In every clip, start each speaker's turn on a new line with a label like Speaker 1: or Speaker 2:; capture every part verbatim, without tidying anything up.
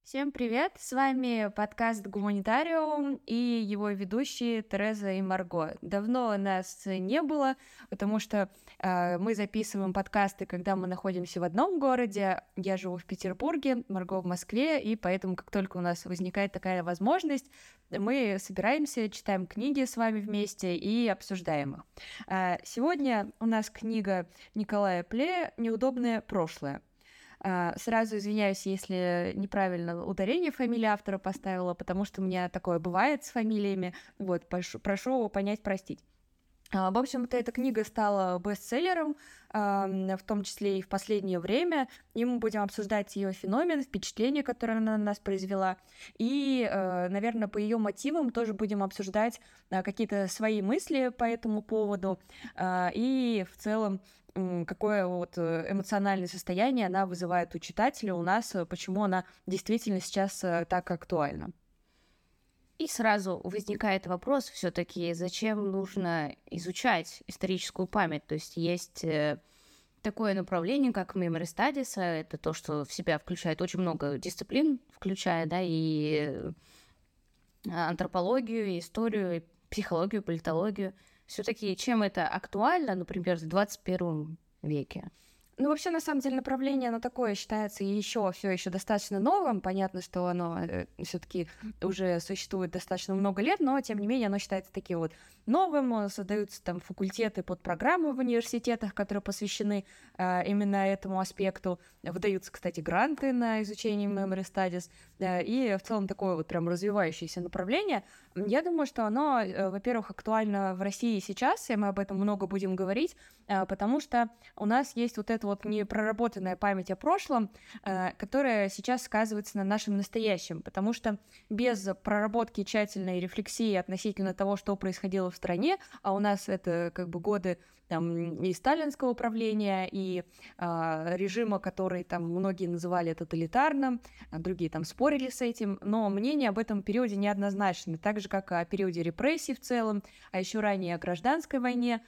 Speaker 1: Всем привет! С вами подкаст «Гуманитариум» и его ведущие Тереза и Марго. Давно нас не было, потому что э, мы записываем подкасты, когда мы находимся в одном городе. Я живу в Петербурге, Марго в Москве, и поэтому, как только у нас возникает такая возможность, мы собираемся, читаем книги с вами вместе и обсуждаем их. Э, сегодня у нас книга Николая Плея «Неудобное прошлое». Сразу извиняюсь, если неправильно ударение фамилии автора поставила, потому что у меня такое бывает с фамилиями. Вот, прошу, прошу понять, простить. В общем-то, эта книга стала бестселлером, в том числе и в последнее время, и мы будем обсуждать ее феномен, впечатление, которое она на нас произвела, и, наверное, по ее мотивам тоже будем обсуждать какие-то свои мысли по этому поводу, и в целом какое вот эмоциональное состояние она вызывает у читателя, у нас, почему она действительно сейчас так актуальна.
Speaker 2: И сразу возникает вопрос все-таки, зачем нужно изучать историческую память? То есть есть такое направление, как Memory Studies, это то, что в себя включает очень много дисциплин, включая, да, и антропологию, и историю, и психологию, политологию. Все-таки чем это актуально, например, в двадцать первом веке?
Speaker 1: Ну, вообще, на самом деле, направление, оно такое считается еще все еще достаточно новым. Понятно, что оно э, все-таки уже существует достаточно много лет, но, тем не менее, оно считается таким вот новым. Создаются там факультеты под программы в университетах, которые посвящены э, именно этому аспекту. Выдаются, кстати, гранты на изучение Memory Studies. Э, и в целом такое вот прям развивающееся направление. Я думаю, что оно, э, во-первых, актуально в России сейчас, и мы об этом много будем говорить, э, потому что у нас есть вот это вот непроработанная память о прошлом, э, которая сейчас сказывается на нашем настоящем, потому что без проработки тщательной рефлексии относительно того, что происходило в стране, а у нас это как бы годы там и сталинского управления, и э, режима, который там многие называли тоталитарным, а другие там спорили с этим, но мнение об этом периоде неоднозначно, так же, как и о периоде репрессий в целом, а еще ранее о гражданской войне,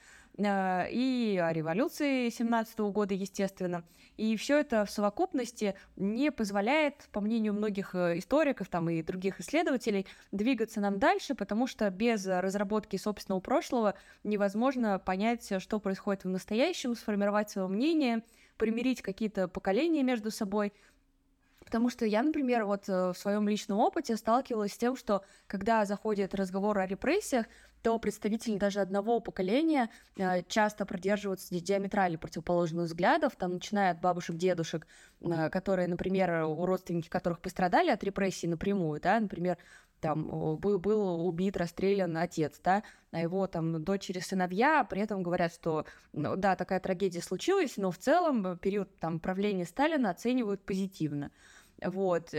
Speaker 1: и о революции семнадцатого года, естественно. И все это в совокупности не позволяет, по мнению многих историков там, и других исследователей, двигаться нам дальше, потому что без разработки собственного прошлого невозможно понять, что происходит в настоящем, сформировать свое мнение, примирить какие-то поколения между собой. Потому что я, например, вот в своем личном опыте сталкивалась с тем, что когда заходит разговор о репрессиях, то представители даже одного поколения э, часто придерживаются диаметрально противоположных взглядов, там, начиная от бабушек, дедушек, э, которые, например, у родственники которых пострадали от репрессий напрямую, да, например, там был, был убит, расстрелян отец, да, а его там дочери, сыновья при этом говорят, что, ну, да, такая трагедия случилась, но в целом период там правления Сталина оценивают позитивно. Вот,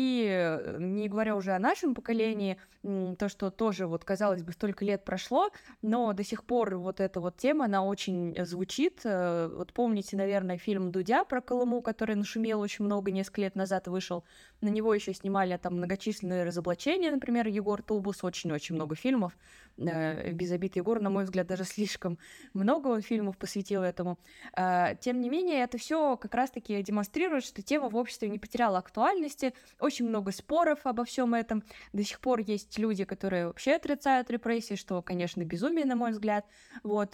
Speaker 1: и не говоря уже о нашем поколении, то, что тоже, вот, казалось бы, столько лет прошло, но до сих пор вот эта вот тема, она очень звучит. Вот помните, наверное, фильм «Дудя» про Колыму, который нашумел очень много, несколько лет назад вышел, на него еще снимали там многочисленные разоблачения, например, Егор Тубус, очень-очень много фильмов, без обид Егор, на мой взгляд, даже слишком много он фильмов посвятил этому. Тем не менее, это все как раз-таки демонстрирует, что тема в обществе не потеряла актуальности, очень много споров обо всем этом. До сих пор есть люди, которые вообще отрицают репрессии, что, конечно, безумие, на мой взгляд. Вот.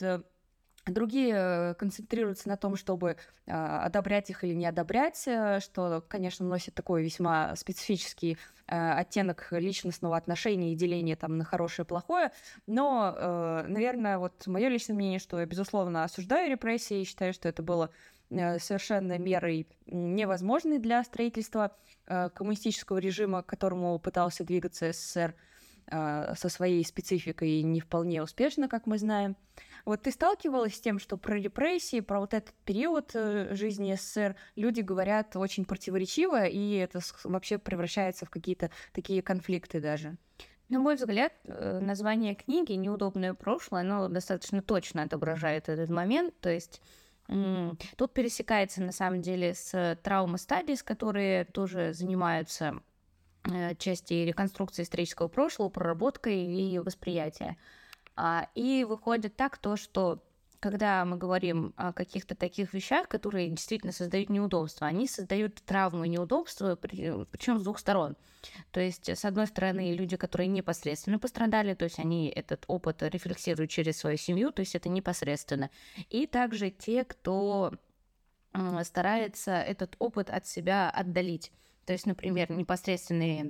Speaker 1: Другие концентрируются на том, чтобы э, одобрять их или не одобрять, что, конечно, носит такой весьма специфический э, оттенок личностного отношения и деления там на хорошее и плохое. Но, э, наверное, вот мое личное мнение, что я, безусловно, осуждаю репрессии и считаю, что это было э, совершенно мерой невозможной для строительства э, коммунистического режима, к которому пытался двигаться СССР э, со своей спецификой не вполне успешно, как мы знаем. Вот ты сталкивалась с тем, что про репрессии, про вот этот период жизни СССР люди говорят очень противоречиво, и это вообще превращается в какие-то такие конфликты даже?
Speaker 2: На мой взгляд, название книги «Неудобное прошлое», оно достаточно точно отображает этот момент, то есть тут пересекается на самом деле с Trauma Studies, которые тоже занимаются части реконструкции исторического прошлого, проработкой и восприятия. И выходит так то, что когда мы говорим о каких-то таких вещах, которые действительно создают неудобства, они создают травму и неудобства, причем с двух сторон. То есть, с одной стороны, люди, которые непосредственно пострадали, то есть они этот опыт рефлексируют через свою семью, то есть это непосредственно. И также те, кто э, старается этот опыт от себя отдалить. То есть, например, непосредственные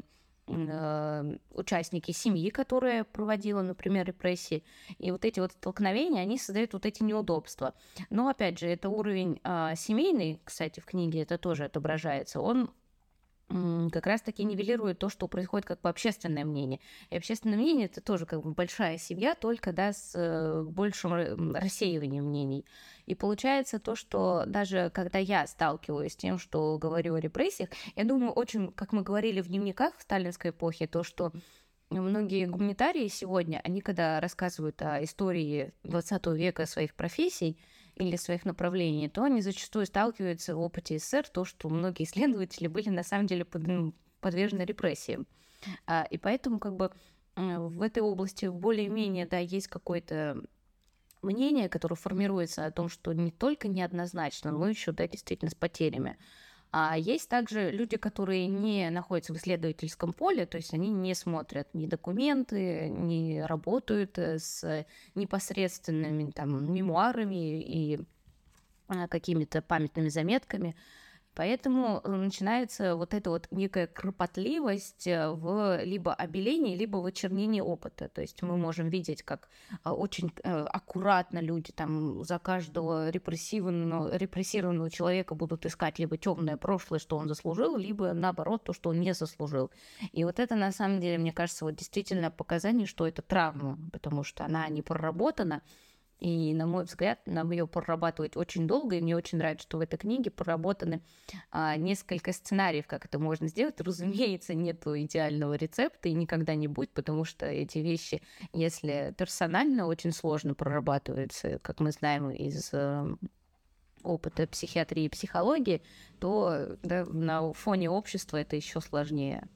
Speaker 2: э, участники семьи, которая проводила, например, репрессии. И вот эти вот столкновения, они создают вот эти неудобства. Но, опять же, это уровень э, семейный, кстати, в книге это тоже отображается, он как раз-таки нивелирует то, что происходит как бы общественное мнение. И общественное мнение — это тоже как бы большая семья, только да, с э, большим рассеиванием мнений. И получается то, что даже когда я сталкиваюсь с тем, что говорю о репрессиях, я думаю, очень, как мы говорили в дневниках в сталинской эпохе, то, что многие гуманитарии сегодня, они когда рассказывают о истории двадцатого века своих профессий, или своих направлений, то они зачастую сталкиваются в опыте СССР, то, что многие исследователи были на самом деле под, ну, подвержены репрессиям. А, и поэтому как бы в этой области более-менее, да, есть какое-то мнение, которое формируется о том, что не только неоднозначно, но еще, да, действительно с потерями. А есть также люди, которые не находятся в исследовательском поле, то есть они не смотрят ни документы, не работают с непосредственными там мемуарами и какими-то памятными заметками. Поэтому начинается вот эта вот некая кропотливость в либо обелении, либо в очернении опыта. То есть мы можем видеть, как очень аккуратно люди там за каждого репрессированного, репрессированного человека будут искать либо темное прошлое, что он заслужил, либо наоборот то, что он не заслужил. И вот это на самом деле, мне кажется, вот действительно показание, что это травма, потому что она не проработана. И, на мой взгляд, нам ее прорабатывать очень долго, и мне очень нравится, что в этой книге проработаны а, несколько сценариев, как это можно сделать. Разумеется, нету идеального рецепта и никогда не будет, потому что эти вещи, если персонально, очень сложно прорабатываются, как мы знаем из э, опыта психиатрии и психологии, то да, на фоне общества это еще сложнее.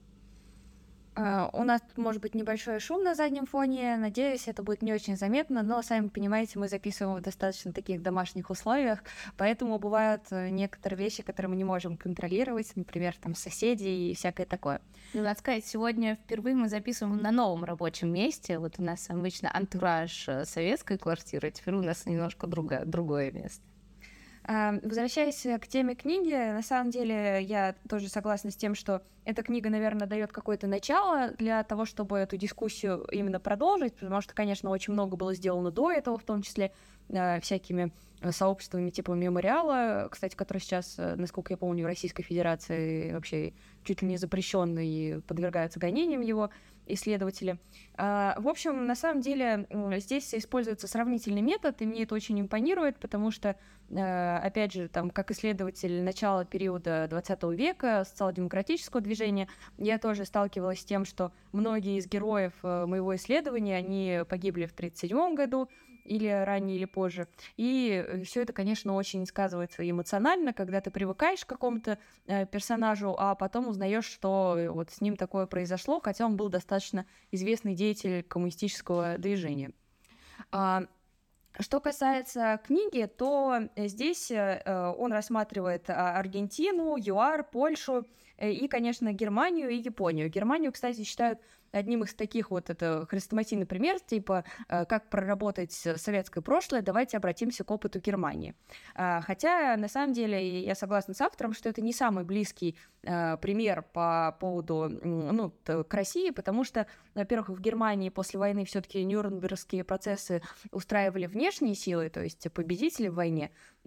Speaker 1: Uh, у нас тут может быть небольшой шум на заднем фоне. Надеюсь, это будет не очень заметно, но, сами понимаете, мы записываем в достаточно таких домашних условиях, поэтому бывают некоторые вещи, которые мы не можем контролировать, например, там соседи и всякое такое.
Speaker 2: Ну, надо сказать, сегодня впервые мы записываем на новом рабочем месте. Вот у нас обычно антураж советской квартиры, теперь у нас немножко другое, другое место.
Speaker 1: Возвращаясь к теме книги, на самом деле я тоже согласна с тем, что эта книга, наверное, дает какое-то начало для того, чтобы эту дискуссию именно продолжить, потому что, конечно, очень много было сделано до этого, в том числе всякими сообществами типа Мемориала, кстати, который сейчас, насколько я помню, в Российской Федерации вообще чуть ли не запрещенный и подвергаются гонениям его исследователи. В общем, на самом деле здесь используется сравнительный метод, и мне это очень импонирует, потому что, опять же, там, как исследователь начала периода двадцатого века, социал-демократического движения, я тоже сталкивалась с тем, что многие из героев моего исследования, они погибли в тридцать седьмом году, или ранее, или позже. И все это, конечно, очень сказывается эмоционально, когда ты привыкаешь к какому-то э, персонажу, а потом узнаешь, что вот с ним такое произошло, хотя он был достаточно известный деятель коммунистического движения. А, что касается книги, то здесь э, он рассматривает Аргентину, ЮАР, Польшу э, и, конечно, Германию и Японию. Германию, кстати, считают одним из таких вот, это хрестоматийный пример, типа, как проработать советское прошлое, давайте обратимся к опыту Германии. Хотя, на самом деле, я согласна с автором, что это не самый близкий пример по поводу, ну, к России, потому что, во-первых, в Германии после войны все-таки нюрнбергские процессы устраивали внешние силы, то есть победители в войне,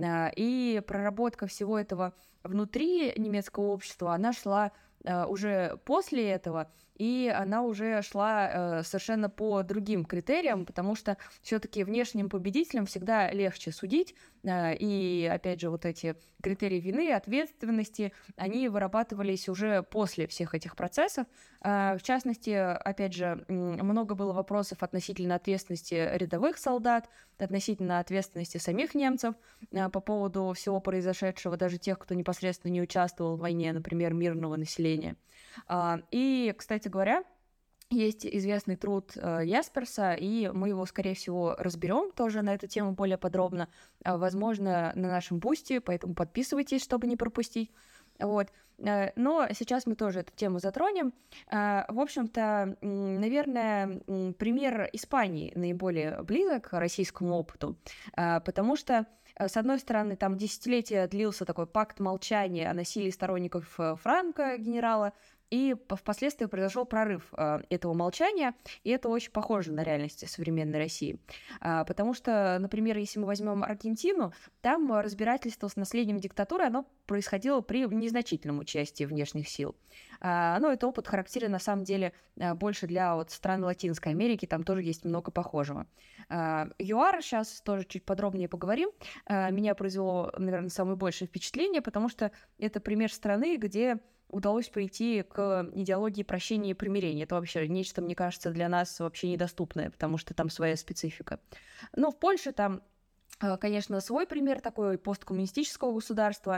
Speaker 1: и проработка всего этого внутри немецкого общества, она шла уже после этого, и она уже шла э, совершенно по другим критериям, потому что все-таки внешним победителям всегда легче судить, э, и, опять же, вот эти критерии вины, ответственности, они вырабатывались уже после всех этих процессов. Э, в частности, опять же, много было вопросов относительно ответственности рядовых солдат, относительно ответственности самих немцев э, по поводу всего произошедшего, даже тех, кто непосредственно не участвовал в войне, например, мирного населения. Э, и, кстати говоря, Есть известный труд э, Ясперса, и мы его, скорее всего, разберем тоже на эту тему более подробно, а, возможно, на нашем бусте, поэтому подписывайтесь, чтобы не пропустить. Вот. Э, Но сейчас мы тоже эту тему затронем. А, В общем-то, м, наверное, м, пример Испании наиболее близок к российскому опыту, а, потому что, э, с одной стороны, там десятилетия длился такой пакт молчания о насилии сторонников э, Франко, генерала, и по- впоследствии произошел прорыв э, этого молчания, и это очень похоже на реальность современной России. А, Потому что, например, если мы возьмем Аргентину, там э, разбирательство с наследием диктатуры, оно происходило при незначительном участии внешних сил. А, Ну, этот опыт характерен, на самом деле, э, больше для вот стран Латинской Америки, там тоже есть много похожего. А, ЮАР, сейчас тоже чуть подробнее поговорим, а, меня произвело, наверное, самое большее впечатление, потому что это пример страны, где удалось прийти к идеологии прощения и примирения. Это вообще нечто, мне кажется, для нас вообще недоступное, потому что там своя специфика. Но в Польше там, э, конечно, свой пример такой посткоммунистического государства,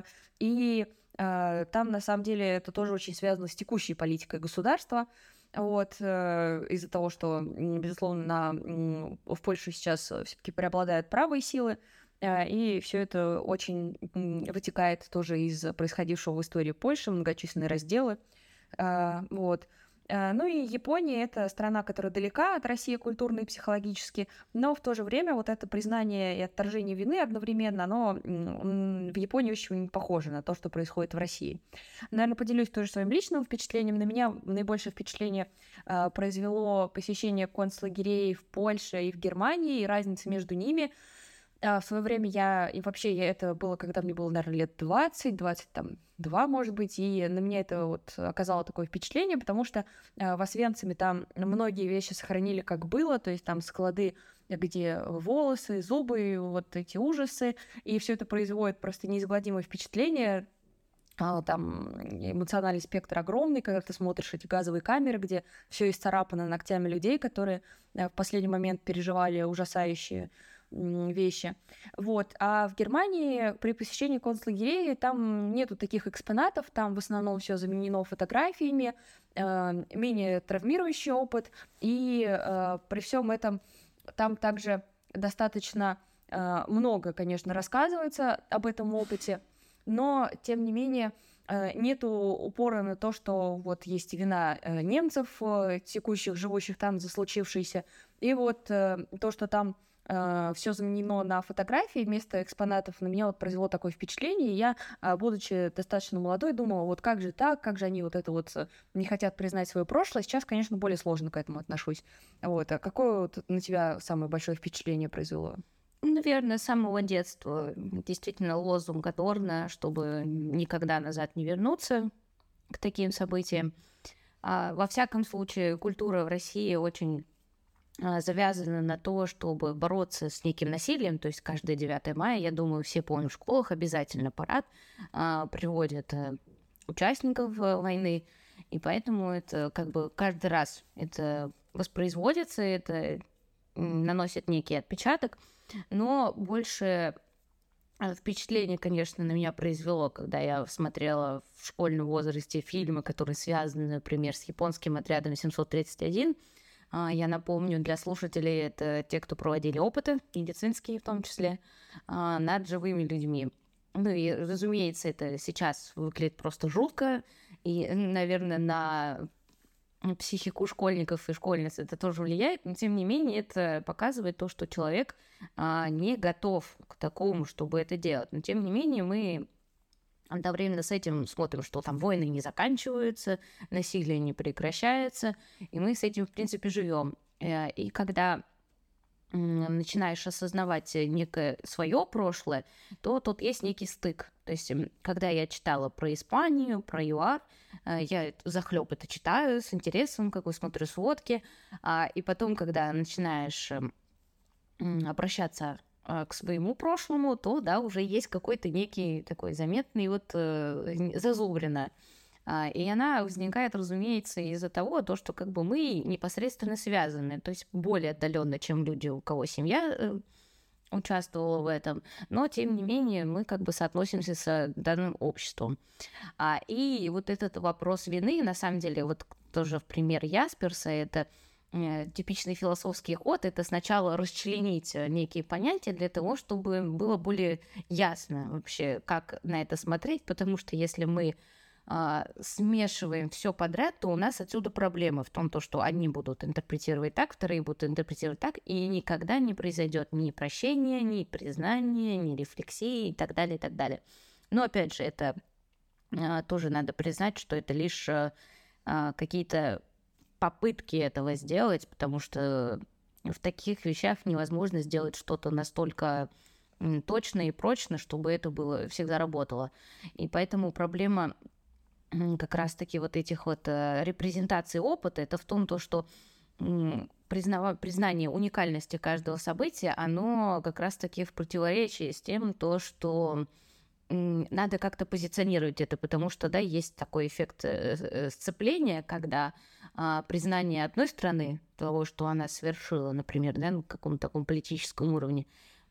Speaker 1: и э, там, на самом деле, это тоже очень связано с текущей политикой государства. Вот, э, из-за того, что, м, безусловно, на, м, в Польше сейчас все-таки преобладают правые силы, э, и все это очень м, вытекает тоже из происходившего в истории Польши, многочисленные разделы. А, Вот. А, Ну и Япония — это страна, которая далека от России культурно и психологически, но в то же время вот это признание и отторжение вины одновременно, оно м, в Японии очень похоже на то, что происходит в России. Наверное, поделюсь тоже своим личным впечатлением. На меня наибольшее впечатление а, произвело посещение концлагерей в Польше и в Германии, и разница между ними. А, В свое время я, и вообще я, это было, когда мне было, наверное, лет двадцать, двадцать там, два, может быть, и на меня это вот оказало такое впечатление, потому что а, в Освенциме там многие вещи сохранили как было, то есть там склады, где волосы, зубы, вот эти ужасы, и все это производит просто неизгладимое впечатление. А, Там эмоциональный спектр огромный, когда ты смотришь эти газовые камеры, где все исцарапано ногтями людей, которые э, в последний момент переживали ужасающие м, вещи. Вот. А в Германии при посещении концлагерей там нету таких экспонатов, там в основном все заменено фотографиями, э, менее травмирующий опыт, и э, при всем этом там также достаточно э, много, конечно, рассказывается об этом опыте, но, тем не менее, э, нету упора на то, что вот есть вина э, немцев, э, текущих, живущих там за случившееся, и вот э, то, что там все заменено на фотографии вместо экспонатов, на меня вот произвело такое впечатление, и я, а, будучи достаточно молодой, думала, вот как же так, как же они вот это вот э, не хотят признать свое прошлое. Сейчас, конечно, более сложно к этому отношусь. Вот. А какое вот на тебя самое большое впечатление произвело?
Speaker 2: Наверное, с самого детства действительно лозунг Адорно, чтобы никогда назад не вернуться к таким событиям. А, во всяком случае, культура в России очень а, завязана на то, чтобы бороться с неким насилием. То есть каждое девятое мая, я думаю, все помнят, в школах обязательно парад а, приводят а, участников а, войны. И поэтому это как бы каждый раз это воспроизводится, это м, наносит некий отпечаток. Но больше а, впечатление, конечно, на меня произвело, когда я смотрела в школьном возрасте фильмы, которые связаны, например, с японским отрядом семьсот тридцать один. А, Я напомню, для слушателей это те, кто проводили опыты, медицинские в том числе, а, над живыми людьми. Ну и, разумеется, это сейчас выглядит просто жутко, и, наверное, на психику школьников и школьниц это тоже влияет, но тем не менее это показывает то, что человек а, не готов к такому, чтобы это делать. Но тем не менее мы одновременно с этим смотрим, что там войны не заканчиваются, насилие не прекращается, и мы с этим, в принципе, живем. Э, И когда м, начинаешь осознавать э, некое свое прошлое, то тут есть некий стык. То есть, м, когда я читала про Испанию, про ЮАР, э, я захлеб это читаю с интересом, как бы смотрю сводки, а, и потом, когда начинаешь эм, м, обращаться а, к своему прошлому, то да, уже есть какой-то некий такой заметный вот э, н- зазубрина. А, И она возникает, разумеется, из-за того, то, что как бы мы непосредственно связаны, то есть более отдаленно, чем люди, у кого семья э, участвовала в этом, но тем не менее мы как бы соотносимся с данным обществом. А, и вот этот вопрос вины, на самом деле, вот тоже в пример Ясперса, это э, типичный философский ход, это сначала расчленить э, некие понятия для того, чтобы было более ясно вообще, как на это смотреть, потому что если мы а, смешиваем все подряд, то у нас отсюда проблема в том, то, что одни будут интерпретировать так, вторые будут интерпретировать так, и никогда не произойдет ни прощения, ни признания, ни рефлексии и так далее, и так далее. Но опять же, это а, тоже надо признать, что это лишь а, а, какие-то попытки этого сделать, потому что в таких вещах невозможно сделать что-то настолько м, точно и прочно, чтобы это было всегда работало. И поэтому проблема м, как раз-таки вот этих вот э, репрезентаций опыта, это в том, то, что м, признава- признание уникальности каждого события, оно как раз-таки в противоречии с тем, то, что м, надо как-то позиционировать это, потому что, да, есть такой эффект э, э, сцепления, когда а, признание одной страны того, что она совершила, например, да, на каком-то таком политическом уровне,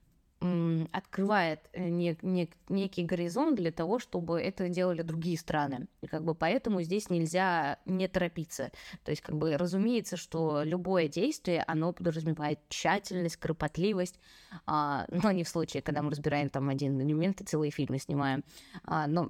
Speaker 2: м, открывает э, не- не- некий горизонт для того, чтобы это делали другие страны. И как бы поэтому здесь нельзя не торопиться. То есть, как бы, разумеется, что любое действие, оно подразумевает тщательность, кропотливость, а, но не в случае, когда мы разбираем там один элемент и целые фильмы снимаем. А, но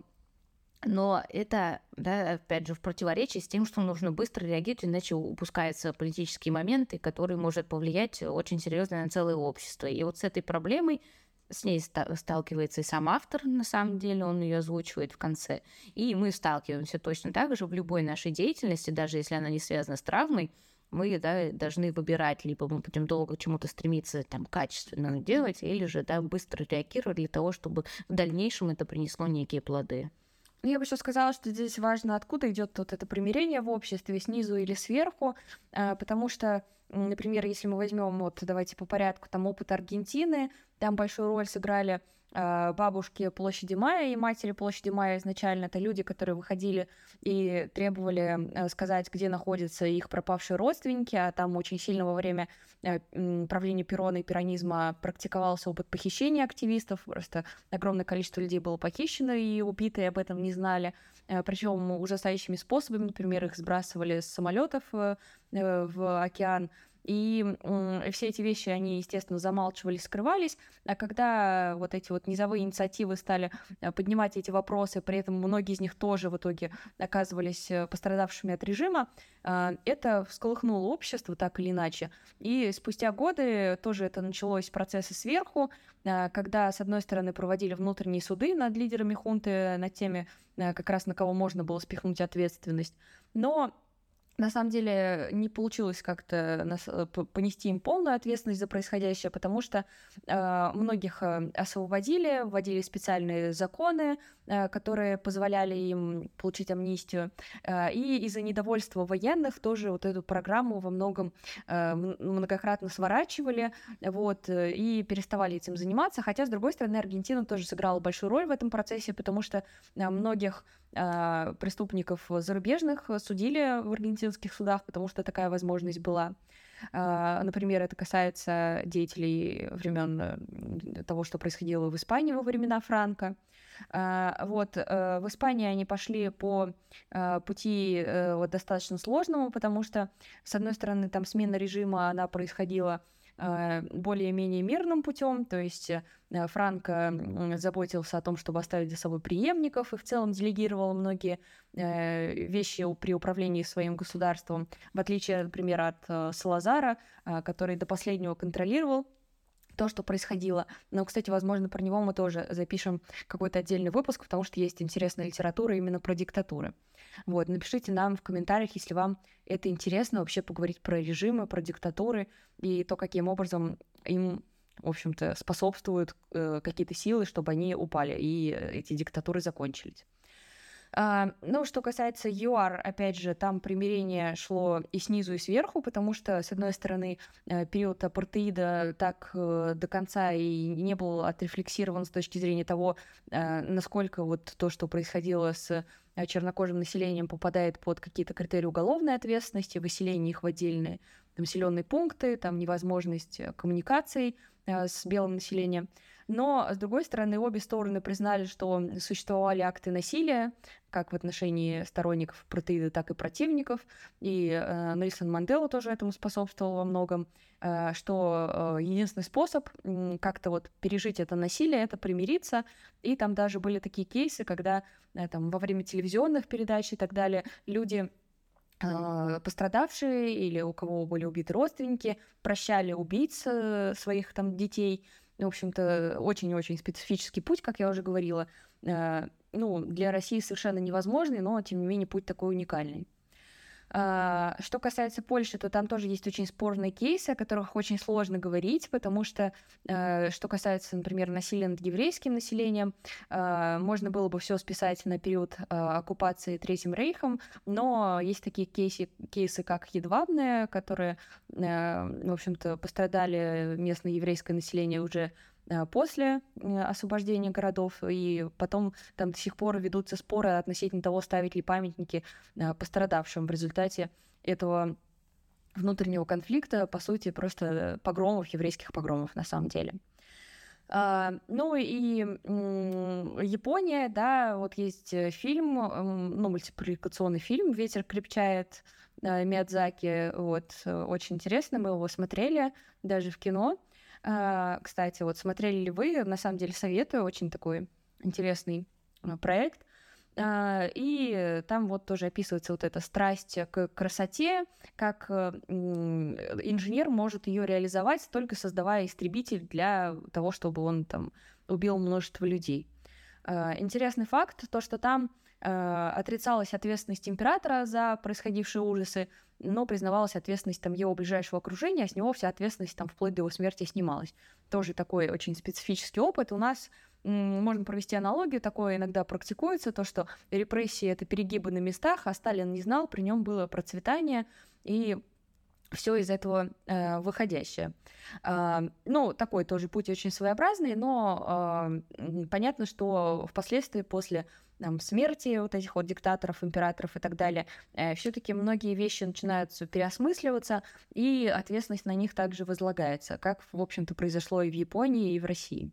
Speaker 2: но это, да, опять же, в противоречии с тем, что нужно быстро реагировать, иначе упускаются политические моменты, которые может повлиять очень серьезно на целое общество. И вот с этой проблемой с ней ста- сталкивается и сам автор, на самом деле, он ее озвучивает в конце. И мы сталкиваемся точно так же в любой нашей деятельности, даже если она не связана с травмой, мы, да, должны выбирать, либо мы будем долго к чему-то стремиться там качественно делать, или же, да, быстро реагировать для того, чтобы в дальнейшем это принесло некие плоды.
Speaker 1: Ну, я бы еще сказала, что здесь важно, откуда идет вот это примирение в обществе, снизу или сверху, а, потому что, м, например, если мы возьмем, вот давайте по порядку, там опыт Аргентины, там большую роль сыграли а, бабушки Площади Мая и матери Площади Мая изначально. Это люди, которые выходили и требовали а, сказать, где находятся их пропавшие родственники, а там очень сильно во время а, м, правления Перона и перонизма практиковался опыт похищения активистов, просто огромное количество людей было похищено и убито, и об этом не знали. Причем ужасающими способами, например, их сбрасывали с самолетов э, э, в океан. И м, все эти вещи, они, естественно, замалчивались, скрывались. А когда вот эти вот низовые инициативы стали э, поднимать эти вопросы, при этом многие из них тоже в итоге оказывались э, пострадавшими от режима, э, это всколыхнуло общество так или иначе. И спустя годы тоже это началось процессы сверху, э, когда, с одной стороны, проводили внутренние суды над лидерами хунты, над теми, э, как раз на кого можно было спихнуть ответственность. Но на самом деле не получилось как-то нас- э, п- понести им полную ответственность за происходящее, потому что э, многих э, освободили, вводили специальные законы, э, которые позволяли им получить амнистию. Э, и из-за недовольства военных тоже вот эту программу во многом э, м- многократно сворачивали, вот, э, и переставали этим заниматься. Хотя, с другой стороны, Аргентина тоже сыграла большую роль в этом процессе, потому что э, многих а, преступников зарубежных судили в аргентинских судах, потому что такая возможность была. А, Например, это касается деятелей времен э, того, что происходило в Испании во времена Франко. А, Вот, э, в Испании они пошли по э, пути э, вот, достаточно сложному, потому что, с одной стороны, там смена режима, она происходила э, более-менее мирным путем, то есть э, Франко м, заботился о том, чтобы оставить за собой преемников, и в целом делегировал многие э, вещи у- при управлении своим государством, в отличие, например, от э, Салазара, э, который до последнего контролировал то, что происходило. Но, кстати, возможно, про него мы тоже запишем какой-то отдельный выпуск, потому что есть интересная литература именно про диктатуры. Вот, напишите нам в комментариях, если вам это интересно, вообще поговорить про режимы, про диктатуры и то, каким образом им, в общем-то, способствуют э, какие-то силы, чтобы они упали и э, эти диктатуры закончились. А, ну, что касается ЮАР, опять же, там примирение шло и снизу, и сверху, потому что, с одной стороны, э, период апартеида так э, до конца и не был отрефлексирован с точки зрения того, э, насколько вот то, что происходило с э, чернокожим населением, попадает под какие-то критерии уголовной ответственности, выселение их в отдельные населенные пункты, там невозможность э, коммуникаций э, с белым населением. Но, с другой стороны, обе стороны признали, что существовали акты насилия, как в отношении сторонников апартеида, так и противников. И э, Нельсон Мандела тоже этому способствовал во многом, э, что э, единственный способ э, как-то вот пережить это насилие — это примириться. И там даже были такие кейсы, когда э, там, во время телевизионных передач и так далее люди, э, пострадавшие или у кого были убиты родственники, прощали убийц э, своих там детей. В общем-то, очень-очень специфический путь, как я уже говорила. Э, ну, для России совершенно невозможный, но, тем не менее, путь такой уникальный. А, что касается Польши, то там тоже есть очень спорные кейсы, о которых очень сложно говорить, потому что, э, что касается, например, насилия над еврейским населением, э, можно было бы все списать на период э, оккупации Третьим Рейхом, но есть такие кейсы, кейсы как Едвабное, которые, э, в общем-то, пострадали местное еврейское население уже после освобождения городов, и потом там до сих пор ведутся споры относительно того, ставить ли памятники пострадавшим в результате этого внутреннего конфликта, по сути, просто погромов, еврейских погромов на самом деле. Uh, ну и м- Япония, да, вот есть фильм, ну, мультипликационный фильм «Ветер крепчает» Миядзаки, вот, очень интересно, мы его смотрели даже в кино. Uh, кстати, вот смотрели ли вы, на самом деле советую, очень такой интересный uh, проект. Uh, и там вот тоже описывается вот эта страсть к красоте, как uh, инженер может ее реализовать, только создавая истребитель для того, чтобы он там убил множество людей. Uh, интересный факт, то, что там uh, отрицалась ответственность императора за происходившие ужасы, но признавалась ответственность там его ближайшего окружения, а с него вся ответственность там вплоть до его смерти снималась. Тоже такой очень специфический опыт. У нас м- можно провести аналогию, такое иногда практикуется, то, что репрессии — это перегибы на местах, а Сталин не знал, при нем было процветание, и все из этого э, выходящее. Э, ну, такой тоже путь очень своеобразный, но э, понятно, что впоследствии, после там, смерти вот этих вот диктаторов, императоров и так далее, э, все-таки многие вещи начинают переосмысливаться, и ответственность на них также возлагается, как, в общем-то, произошло и в Японии, и в России.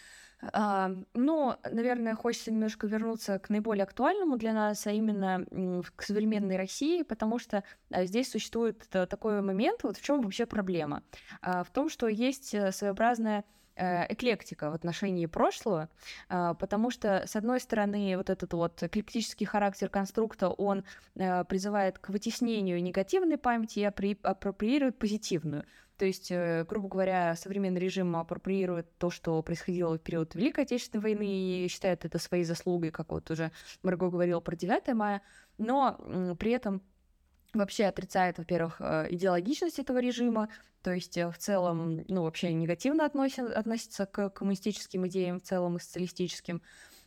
Speaker 1: Uh, ну, наверное, хочется немножко вернуться к наиболее актуальному для нас, а именно м, к современной России, потому что а, здесь существует а, такой момент, вот в чем вообще проблема? А, в том, что есть а, своеобразная а, эклектика в отношении прошлого, а, потому что, с одной стороны, вот этот вот эклектический характер конструкта, он а, призывает к вытеснению негативной памяти и апри- апроприирует позитивную. То есть, грубо говоря, современный режим апроприирует то, что происходило в период Великой Отечественной войны, и считает это своей заслугой, как вот уже Марго говорила про девятое мая, но при этом вообще отрицает, во-первых, идеологичность этого режима, то есть в целом, ну, вообще негативно относится, относится к коммунистическим идеям в целом и социалистическим,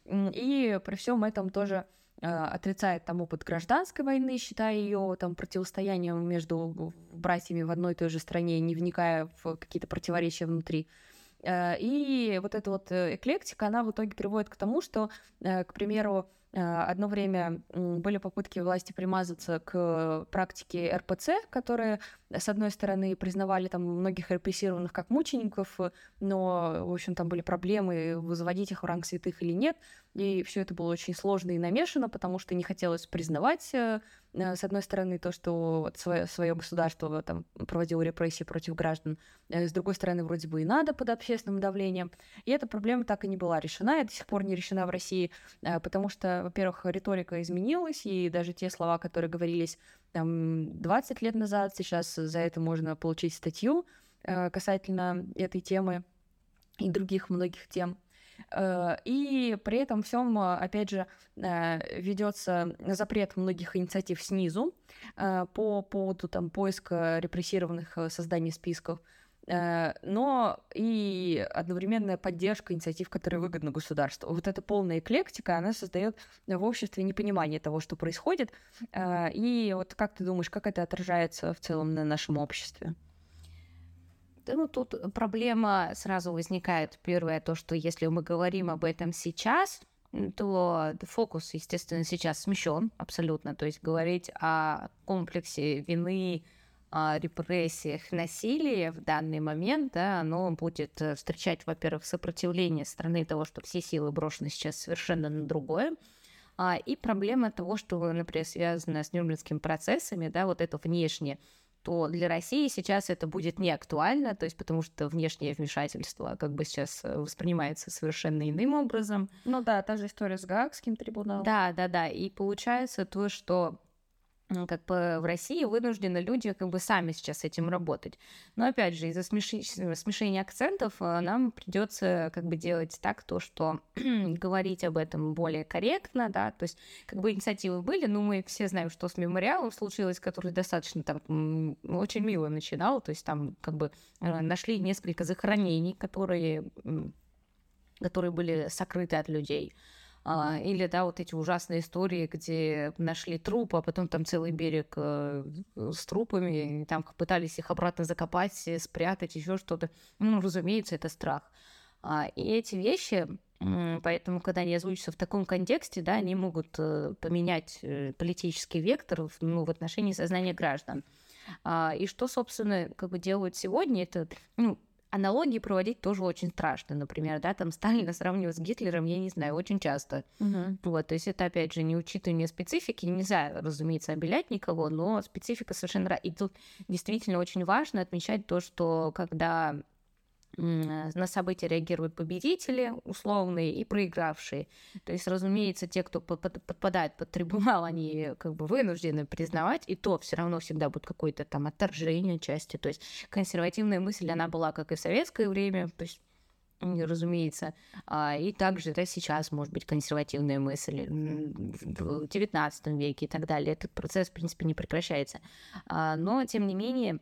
Speaker 1: и при всем этом тоже отрицает там опыт гражданской войны, считая ее там противостоянием между братьями в одной и той же стране, не вникая в какие-то противоречия внутри. И вот эта вот эклектика, она в итоге приводит к тому, что, к примеру, одно время были попытки власти примазаться к практике эр пэ цэ, которые, с одной стороны, признавали там многих репрессированных как мучеников, но, в общем, там были проблемы, возводить их в ранг святых или нет, и все это было очень сложно и намешано, потому что не хотелось признавать, с одной стороны, то, что вот свое, свое государство там проводило репрессии против граждан, с другой стороны, вроде бы и надо под общественным давлением, и эта проблема так и не была решена, и до сих пор не решена в России, потому что, во-первых, риторика изменилась, и даже те слова, которые говорились там двадцать лет назад, сейчас за это можно получить статью э, касательно этой темы и других многих тем. Э, и при этом всем, опять же, э, ведется запрет многих инициатив снизу э, по поводу там, поиска репрессированных, создания списков, но и одновременная поддержка инициатив, которые выгодны государству. Вот эта полная эклектика, она создает в обществе непонимание того, что происходит. И вот как ты думаешь, как это отражается в целом на нашем обществе?
Speaker 2: Ну, тут проблема сразу возникает. Первое, то, что если мы говорим об этом сейчас, то фокус, естественно, сейчас смещен абсолютно. То есть говорить о комплексе вины, о репрессиях, насилии в данный момент, да, оно будет встречать, во-первых, сопротивление со стороны того, что все силы брошены сейчас совершенно на другое. А, и проблема того, что, например, связана с Нюрнбергскими процессами, да, вот это внешнее, то для России сейчас это будет не актуально, то есть потому что внешнее вмешательство как бы сейчас э, воспринимается совершенно иным образом.
Speaker 1: Ну да, та же история с Гаагским трибуналом.
Speaker 2: Да, да, да. И получается то, что м, как бы в России вынуждены люди как бы сами сейчас с этим работать. Но опять же, из-за смеши- смешения акцентов э, нам придется как бы делать так, то, что говорить об этом более корректно, да, то есть как бы инициативы были, но мы все знаем, что с мемориалом случилось, который достаточно там м, очень мило начинал, то есть там как бы э, нашли несколько захоронений, которые, м, которые были сокрыты от людей. А, или, да, вот эти ужасные истории, где нашли труп, а потом там целый берег э, с трупами, и там пытались их обратно закопать, э, спрятать, еще что-то. Ну, разумеется, это страх. А, и эти вещи, м, поэтому, когда они озвучатся в таком контексте, да, они могут э, поменять э, политический вектор в, ну, в отношении сознания граждан. А, и что, собственно, как бы делают сегодня, это, ну, аналогии проводить тоже очень страшно. Например, да, там Сталина сравнивать с Гитлером, я не знаю, очень часто.
Speaker 1: Мгм.
Speaker 2: Вот, то есть это, опять же, не учитывание специфики, нельзя, разумеется, обелять никого, но специфика совершенно... ра- И тут действительно очень важно отмечать то, что когда м, на события реагируют победители условные и проигравшие. То есть, разумеется, те, кто под- под- подпадает под трибунал, они как бы вынуждены признавать, и то все равно всегда будет какое-то там отторжение части. То есть консервативная мысль, она была как и в советское время, то есть м, разумеется, а, и также да, сейчас может быть консервативная мысль м, в девятнадцатом веке и так далее. Этот процесс, в принципе, не прекращается. А, Но, тем не менее,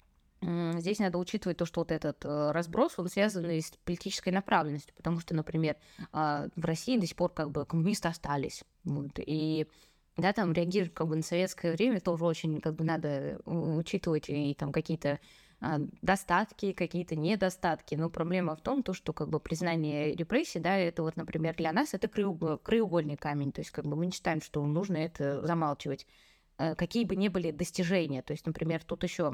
Speaker 2: М, здесь надо учитывать то, что вот этот э, разброс, он связан и с политической направленностью, потому что, например, а, в России до сих пор как бы коммунисты остались, вот, и да, там реагировать как бы на советское время тоже очень как бы надо у- учитывать и там какие-то а, достатки, какие-то недостатки, но проблема в том, то, что как бы признание репрессий, да, это вот, например, для нас это краеуг- краеугольный камень, то есть как бы мы не считаем, что нужно это замалчивать, э, какие бы ни были достижения, то есть, например, тут еще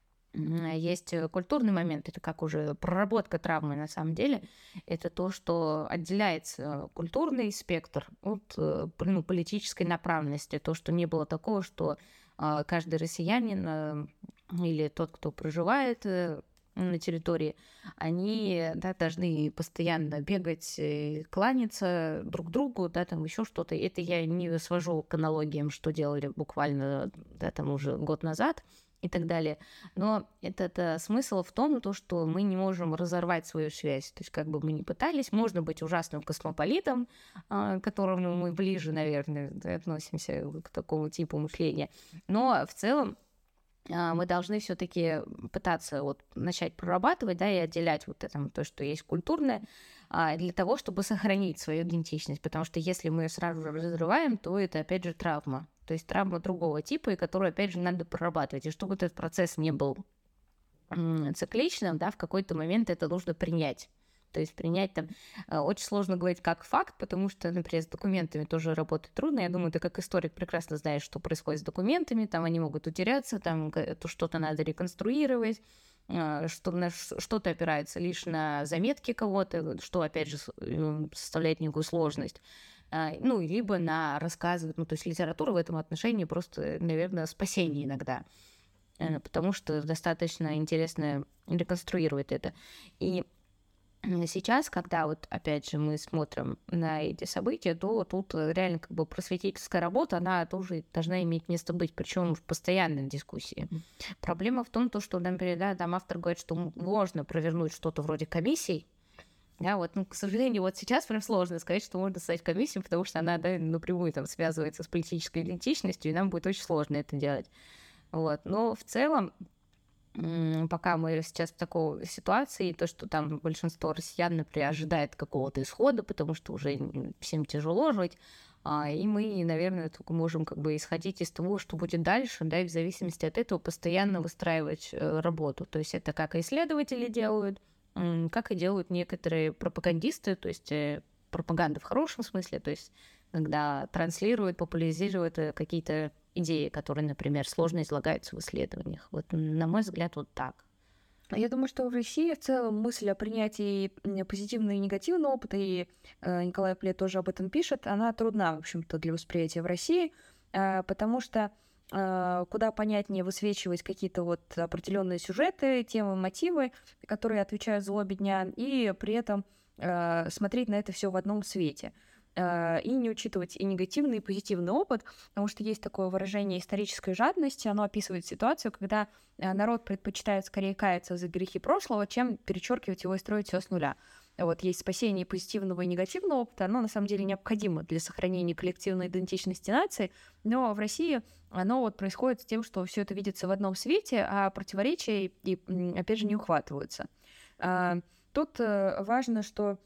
Speaker 2: М, есть э, культурный момент, это как уже проработка травмы на самом деле. Это то, что отделяется культурный спектр от э, п- ну, политической направленности. То, что не было такого, что а, каждый россиянин э, или тот, кто проживает э, на территории, они да, должны постоянно бегать, э, кланяться друг другу, да, там еще что-то. Это я не свожу к аналогиям, что делали буквально да, там уже год назад и так далее. Но этот э, смысл в том, то, что мы не можем разорвать свою связь. То есть, как бы мы ни пытались, можно быть ужасным космополитом, а, к которому мы ближе, наверное, да, относимся к такому типу мышления. Но в целом а, мы должны все-таки пытаться вот начать прорабатывать, да, и отделять вот это, то, что есть культурное, а, для того, чтобы сохранить свою идентичность. Потому что если мы ее сразу же разрываем, то это, опять же, травма. То есть травма другого типа, и которую, опять же, надо прорабатывать. И чтобы этот процесс не был м, цикличным, да, в какой-то момент это нужно принять. То есть принять там э, очень сложно говорить как факт, потому что, например, с документами тоже работать трудно. Я думаю, ты как историк прекрасно знаешь, что происходит с документами, там они могут утеряться, там ка- то что-то надо реконструировать, э, что на ш- что-то опирается лишь на заметки кого-то, что, опять же, с- м, составляет некую сложность. А, Ну, либо на рассказы, ну, то есть литература в этом отношении просто, наверное, спасение иногда, э, потому что достаточно интересно реконструировать это. И м, сейчас, когда вот опять же мы смотрим на эти события, то тут э, реально как бы просветительская работа, она тоже должна иметь место быть, причем в постоянной дискуссии. Проблема в том, то, что, например, да, там автор говорит, что м- можно провернуть что-то вроде комиссий, да, вот, ну, к сожалению, вот сейчас прям сложно сказать, что можно создать комиссию, потому что она, да, напрямую там связывается с политической идентичностью, и нам будет очень сложно это делать. Вот. Но в целом, м, пока мы сейчас в такой ситуации, то, что там большинство россиян, например, ожидает какого-то исхода, потому что уже м, всем тяжело жить, а, и мы, наверное, только можем как бы исходить из того, что будет дальше, да, и в зависимости от этого постоянно выстраивать э, работу. То есть это как и исследователи делают, м, как и делают некоторые пропагандисты, то есть э, пропаганда в хорошем смысле, то есть когда транслируют, популяризируют э, какие-то идеи, которые, например, сложно излагаются в исследованиях. Вот, на мой взгляд, вот так.
Speaker 1: Я думаю, что в России в целом мысль о принятии м, позитивного и негативного опыта, и э, Николай Плет тоже об этом пишет, она трудна, в общем-то, для восприятия в России, э, потому что э, куда понятнее высвечивать какие-то вот определенные сюжеты, темы, мотивы, которые отвечают злобе дня, и при этом э, смотреть на это все в одном свете. Э, и не учитывать и негативный, и позитивный опыт, потому что есть такое выражение исторической жадности, оно описывает ситуацию, когда э, народ предпочитает скорее каяться за грехи прошлого, чем перечеркивать его и строить все с нуля. Вот есть спасение позитивного и негативного опыта, оно на самом деле необходимо для сохранения коллективной идентичности нации, но в России оно вот происходит с тем, что все это видится в одном свете, а противоречия и, м, опять же, не ухватываются. А, Тут э, важно, что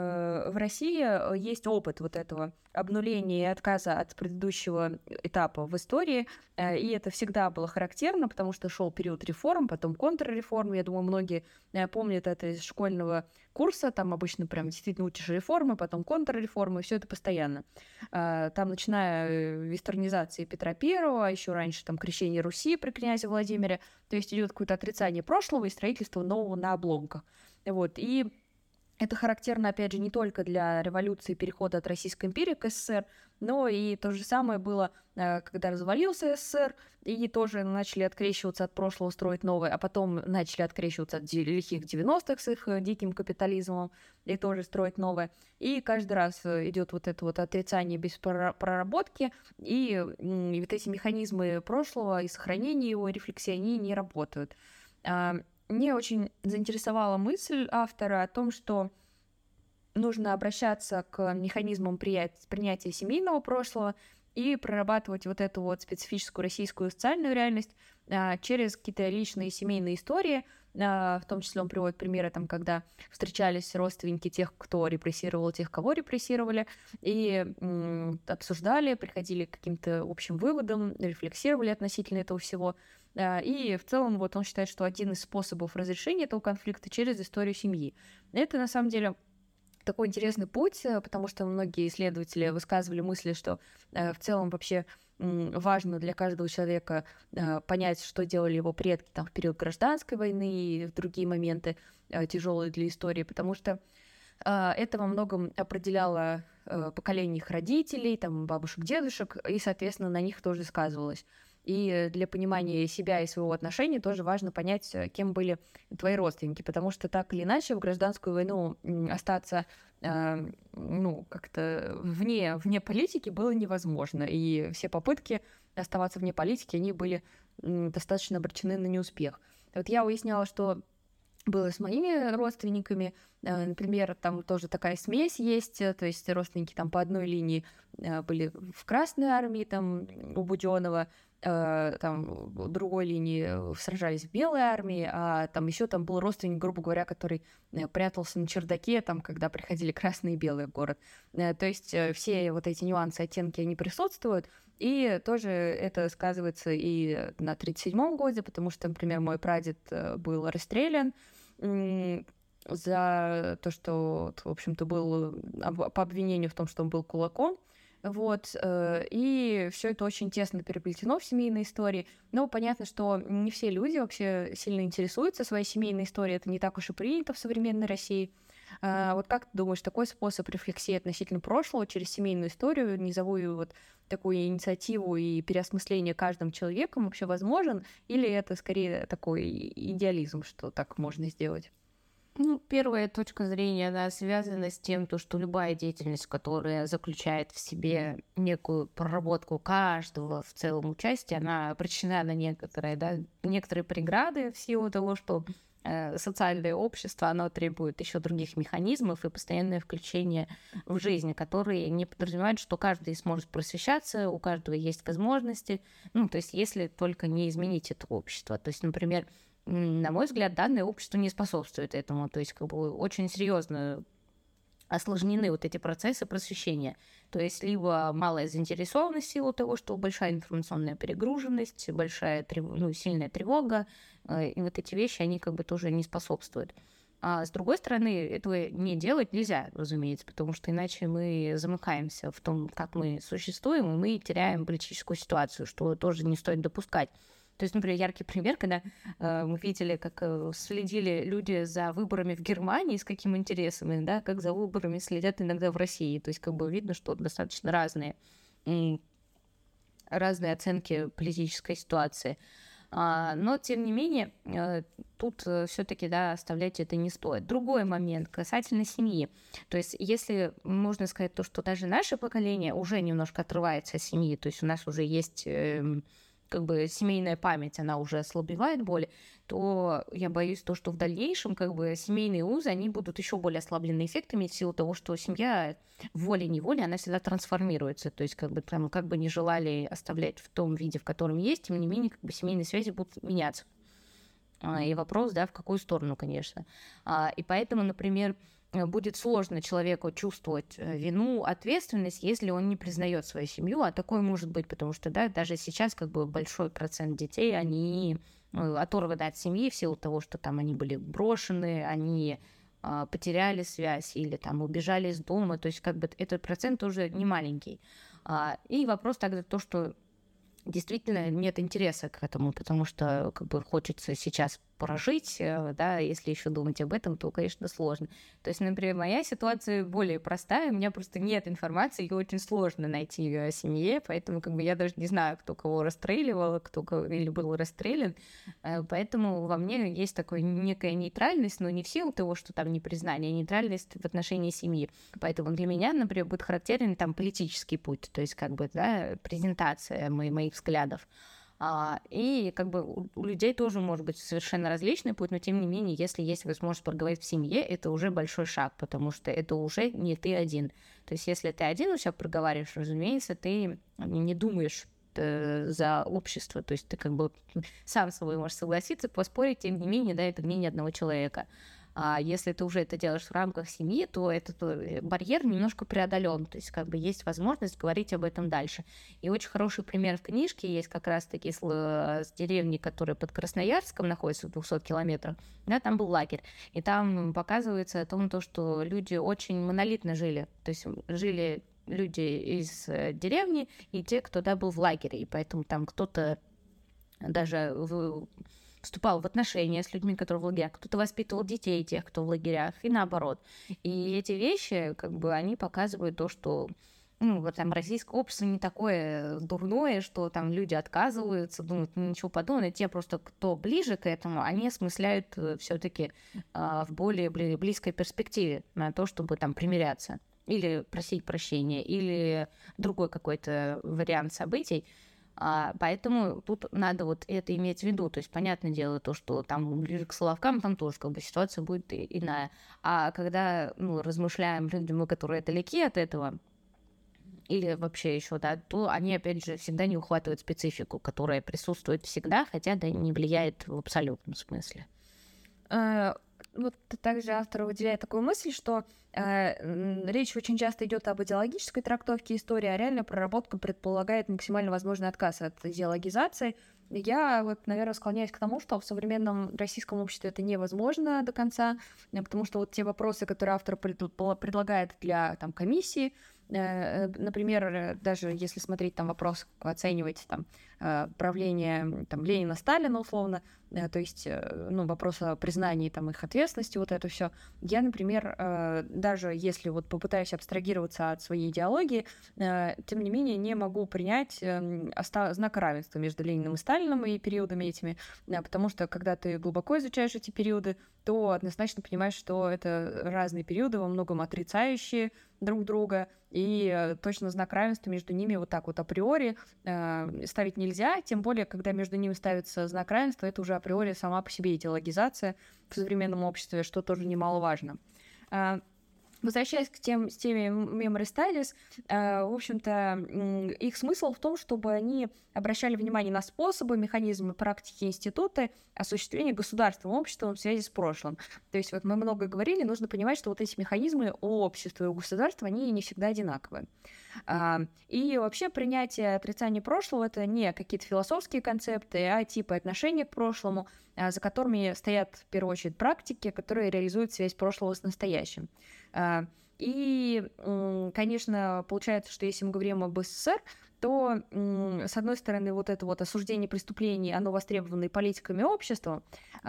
Speaker 1: э, в России э, есть опыт вот этого обнуления и отказа от предыдущего этапа в истории, э, и это всегда было характерно, потому что шел период реформ, потом контрреформ. Я думаю, многие э, помнят это из школьного курса, там обычно прям действительно учишь реформы, потом контрреформы, все это постоянно. Э, Там, начиная э, вестернизации Петра Первого, а еще раньше там крещение Руси при князе Владимире, то есть идет какое-то отрицание прошлого и строительство нового на обломках. Вот, и это характерно, опять же, не только для революции перехода от Российской империи к СССР, но и то же самое было, э, когда развалился СССР, и тоже начали открещиваться от прошлого, строить новое, а потом начали открещиваться от ди- лихих девяностых с их э, диким капитализмом, и тоже строить новое. И каждый раз э, идет вот это вот отрицание без прора- проработки, и, м, и вот эти механизмы прошлого и сохранения его, и рефлексии, они не работают. А, Мне очень заинтересовала мысль автора о том, что нужно обращаться к механизмам прия- принятия семейного прошлого и прорабатывать вот эту вот специфическую российскую социальную реальность а, через какие-то личные семейные истории. А, в том числе он приводит примеры, там, когда встречались родственники тех, кто репрессировал, тех, кого репрессировали, и м, обсуждали, приходили к каким-то общим выводам, рефлексировали относительно этого всего. А, И в целом вот он считает, что один из способов разрешения этого конфликта через историю семьи. Это на самом деле такой интересный путь, э, потому что многие исследователи высказывали мысли, что э, в целом вообще м, важно для каждого человека э, понять, что делали его предки там, в период гражданской войны и в другие моменты э, тяжелые для истории, потому что э, это во многом определяло э, поколение их родителей, там, бабушек, дедушек, и, соответственно, на них тоже сказывалось. И для понимания себя и своего отношения тоже важно понять, э, кем были твои родственники, потому что так или иначе в гражданскую войну м, остаться э, ну, как-то вне, вне политики было невозможно, и все попытки оставаться вне политики, они были м, достаточно обречены на неуспех. Вот я уясняла, что было с моими родственниками. Э, Например, там тоже такая смесь есть, э, то есть родственники там по одной линии э, были в Красной армии, там у Будённого, э, там у другой линии э, сражались в Белой армии, а там еще там был родственник, грубо говоря, который э, прятался на чердаке, там, когда приходили красные и белые в город. Э, То есть э, все вот эти нюансы, оттенки, они присутствуют, и тоже это сказывается и на тридцать седьмом годе, потому что, например, мой прадед э, был расстрелян, м, за то, что, вот, в общем-то, был об- по обвинению в том, что он был кулаком. Вот, э, и все это очень тесно переплетено в семейной истории. Но понятно, что не все люди вообще сильно интересуются своей семейной историей. Это не так уж и принято в современной России. А, вот как ты думаешь, такой способ рефлексии относительно прошлого через семейную историю, низовую вот такую инициативу и переосмысление каждым человеком вообще возможен? Или это скорее такой идеализм, что так можно сделать?
Speaker 2: Ну, первая точка зрения, она связана с тем, то, что любая деятельность, которая заключает в себе некую проработку каждого в целом участия, она обречена на некоторые, да, некоторые преграды в силу того, что э, социальное общество, оно требует еще других механизмов и постоянное включение в жизнь, которые не подразумевают, что каждый сможет просвещаться, у каждого есть возможности, ну, то есть если только не изменить это общество. То есть, например, М, на мой взгляд, данное общество не способствует этому. То есть, как бы очень серьезно осложнены вот эти процессы просвещения. То есть, либо малая заинтересованность в силу того, что большая информационная перегруженность, большая, трев- ну, сильная тревога, э, и вот эти вещи, они как бы тоже не способствуют. А с другой стороны, этого не делать нельзя, разумеется, потому что иначе мы замыкаемся в том, как мы существуем, и мы теряем политическую ситуацию, что тоже не стоит допускать. То есть, например, яркий пример, когда э, мы видели, как э, следили люди за выборами в Германии, с каким интересом, да, как за выборами следят иногда в России. То есть, как бы видно, что достаточно разные, м, разные оценки политической ситуации. А, но, тем не менее, э, тут э, все-таки, да, оставлять это не стоит. Другой момент касательно семьи. То есть, если можно сказать то, что даже наше поколение уже немножко отрывается от семьи, то есть у нас уже есть э, как бы семейная память, она уже ослабевает более, то я боюсь то, что в дальнейшем как бы семейные узы, они будут еще более ослабленные эффектами в силу того, что семья волей-неволей, она всегда трансформируется. То есть как бы, там, как бы не желали оставлять в том виде, в котором есть, тем не менее как бы семейные связи будут меняться. А, и вопрос, да, в какую сторону, конечно. А, и поэтому, например, будет сложно человеку чувствовать вину, ответственность, если он не признает свою семью, а такое может быть, потому что, да, даже сейчас как бы большой процент детей, они оторваны от семьи в силу того, что там они были брошены, они а, потеряли связь или там убежали из дома, то есть как бы этот процент тоже не маленький. А, и вопрос тогда то, что действительно нет интереса к этому, потому что как бы хочется сейчас прожить, да, если еще думать об этом, то, конечно, сложно. То есть, например, моя ситуация более простая, у меня просто нет информации, ее очень сложно найти о семье, поэтому как бы я даже не знаю, кто кого расстреливал, кто кого, или был расстрелян, поэтому во мне есть такая некая нейтральность, но не в силу того, что там непризнание, а нейтральность в отношении семьи. Поэтому для меня, например, будет характерен там политический путь, то есть как бы, да, презентация моих, моих взглядов. А, и как бы у, у людей тоже может быть совершенно различный путь, но тем не менее, если есть возможность поговорить в семье, это уже большой шаг, потому что это уже не ты один. То есть если ты один у себя проговариваешь, разумеется, ты не думаешь за общество, то есть ты как бы сам с собой можешь согласиться, поспорить, тем не менее, да, это мнение одного человека. А если ты уже это делаешь в рамках семьи, то этот барьер немножко преодолен, то есть как бы есть возможность говорить об этом дальше. И очень хороший пример в книжке есть как раз-таки с, с деревни, которая под Красноярском находится в двухстах километрах, да, там был лагерь, и там показывается о том, то, что люди очень монолитно жили, то есть жили люди из деревни и те, кто да, был в лагере, и поэтому там кто-то даже в вступал в отношения с людьми, которые в лагерях, кто-то воспитывал детей тех, кто в лагерях, и наоборот. И эти вещи, как бы, они показывают то, что ну, вот там российское общество не такое дурное, что там люди отказываются, думают, ничего подобного. Те просто, кто ближе к этому, они осмысляют все-таки а, в более близкой перспективе на то, чтобы там примиряться или просить прощения, или другой какой-то вариант событий. А, поэтому тут надо вот это иметь в виду. То есть, понятное дело, то, что там ближе к Соловкам, там тоже как бы ситуация будет иная. А когда ну, размышляем людям, которые далеки от этого, или вообще еще, да, то они, опять же, всегда не ухватывают специфику, которая присутствует всегда, хотя да, не влияет в абсолютном смысле.
Speaker 1: Вот также автор выделяет такую мысль, что э, речь очень часто идет об идеологической трактовке истории, а реальная проработка предполагает максимально возможный отказ от идеологизации. Я, вот, наверное, склоняюсь к тому, что в современном российском обществе это невозможно до конца, потому что вот те вопросы, которые автор предлагает для там, комиссии, э, например, даже если смотреть там вопрос, оценивать там правление там, Ленина, Сталина, условно, то есть, ну, вопрос о признании там их ответственности, вот это все. Я, например, даже если вот попытаюсь абстрагироваться от своей идеологии, тем не менее не могу принять знак равенства между Лениным и Сталиным и периодами этими, потому что когда ты глубоко изучаешь эти периоды, то однозначно понимаешь, что это разные периоды, во многом отрицающие друг друга, и точно знак равенства между ними вот так вот априори ставить нельзя, тем более, когда между ними ставится знак равенства, это уже априори сама по себе идеологизация в современном обществе, что тоже немаловажно. Возвращаясь к тем, с теме Memory Studies, э, в общем-то, их смысл в том, чтобы они обращали внимание на способы, механизмы, практики, институты осуществления государственным обществом в связи с прошлым. То есть вот мы много говорили, нужно понимать, что вот эти механизмы у общества и у государства, они не всегда одинаковые. А, и вообще принятие отрицания прошлого — это не какие-то философские концепты, а типа отношения к прошлому, а, за которыми стоят в первую очередь практики, которые реализуют связь прошлого с настоящим. И, конечно, получается, что если мы говорим об СССР, то, с одной стороны, вот это вот осуждение преступлений, оно востребовано и политиками общества,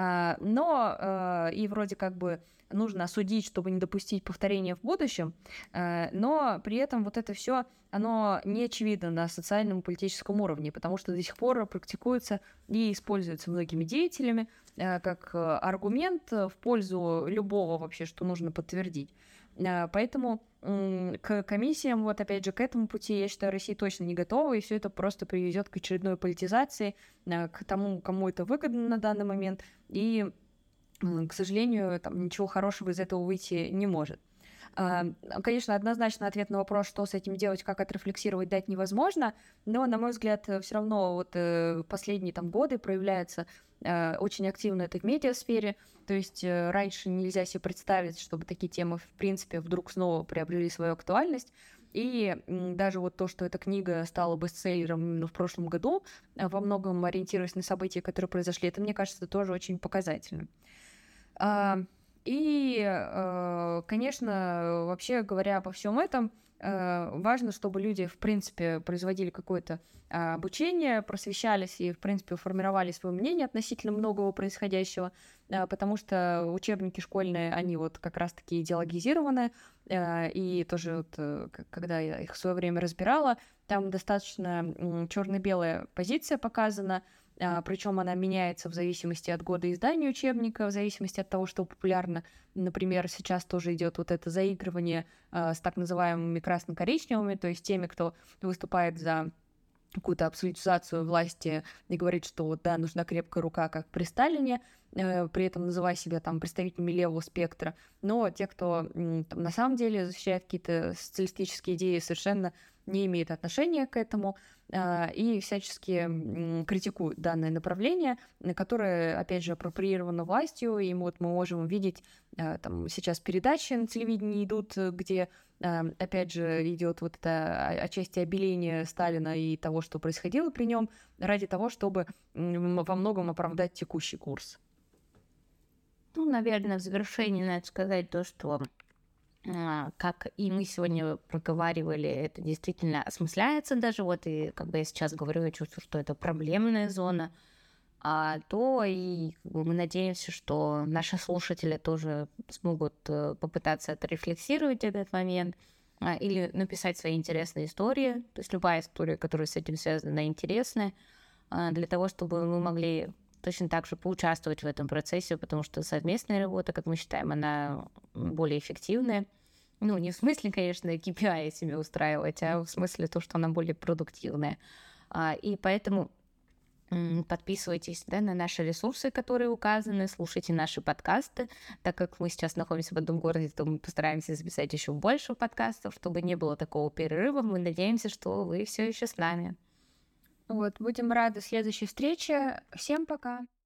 Speaker 1: но и вроде как бы нужно осудить, чтобы не допустить повторения в будущем, но при этом вот это все, оно не очевидно на социальном и политическом уровне, потому что до сих пор практикуется и используется многими деятелями как аргумент в пользу любого вообще, что нужно подтвердить. Поэтому к комиссиям, вот опять же, к этому пути, я считаю, Россия точно не готова, и все это просто приведет к очередной политизации, к тому, кому это выгодно на данный момент, и, к сожалению, там ничего хорошего из этого выйти не может. Конечно, однозначно ответ на вопрос, что с этим делать, как отрефлексировать, дать невозможно, но, на мой взгляд, все равно вот последние там годы проявляется очень активно это в медиасфере, то есть раньше нельзя себе представить, чтобы такие темы, в принципе, вдруг снова приобрели свою актуальность, и даже вот то, что эта книга стала бестселлером именно в прошлом году, во многом ориентируясь на события, которые произошли, это, мне кажется, тоже очень показательно. И, конечно, вообще говоря обо всем этом, важно, чтобы люди, в принципе, производили какое-то обучение, просвещались и, в принципе, формировали свое мнение относительно многого происходящего, потому что учебники школьные, они вот как раз-таки идеологизированы, и тоже вот, когда я их в свое время разбирала, там достаточно черно-белая позиция показана, причем она меняется в зависимости от года издания учебника, в зависимости от того, что популярно. Например, сейчас тоже идет вот это заигрывание с так называемыми красно-коричневыми, то есть теми, кто выступает за какую-то абсолютизацию власти и говорит, что вот, да, нужна крепкая рука, как при Сталине, при этом называя себя там представителями левого спектра, но те, кто там, на самом деле защищает какие-то социалистические идеи, совершенно не имеют отношения к этому и всячески критикуют данное направление, которое, опять же, апроприировано властью, и вот мы можем видеть, там сейчас передачи на телевидении идут, где, опять же, идет вот это отчасти обеление Сталина и того, что происходило при нем, ради того, чтобы во многом оправдать текущий курс.
Speaker 2: Ну, наверное, в завершении надо сказать то, что как и мы сегодня проговаривали, это действительно осмысляется даже, вот, и как бы я сейчас говорю, я чувствую, что это проблемная зона, а то и как бы, мы надеемся, что наши слушатели тоже смогут попытаться отрефлексировать этот момент а, или написать свои интересные истории, то есть любая история, которая с этим связана, интересная, а, для того, чтобы мы могли точно так же поучаствовать в этом процессе, потому что совместная работа, как мы считаем, она более эффективная. Ну, не в смысле, конечно, кей пи ай себе устраивать, а в смысле то, что она более продуктивная. И поэтому подписывайтесь, да, на наши ресурсы, которые указаны, слушайте наши подкасты. Так как мы сейчас находимся в одном городе, то мы постараемся записать еще больше подкастов, чтобы не было такого перерыва. Мы надеемся, что вы все еще с нами.
Speaker 1: Вот, будем рады следующей встрече. Всем пока!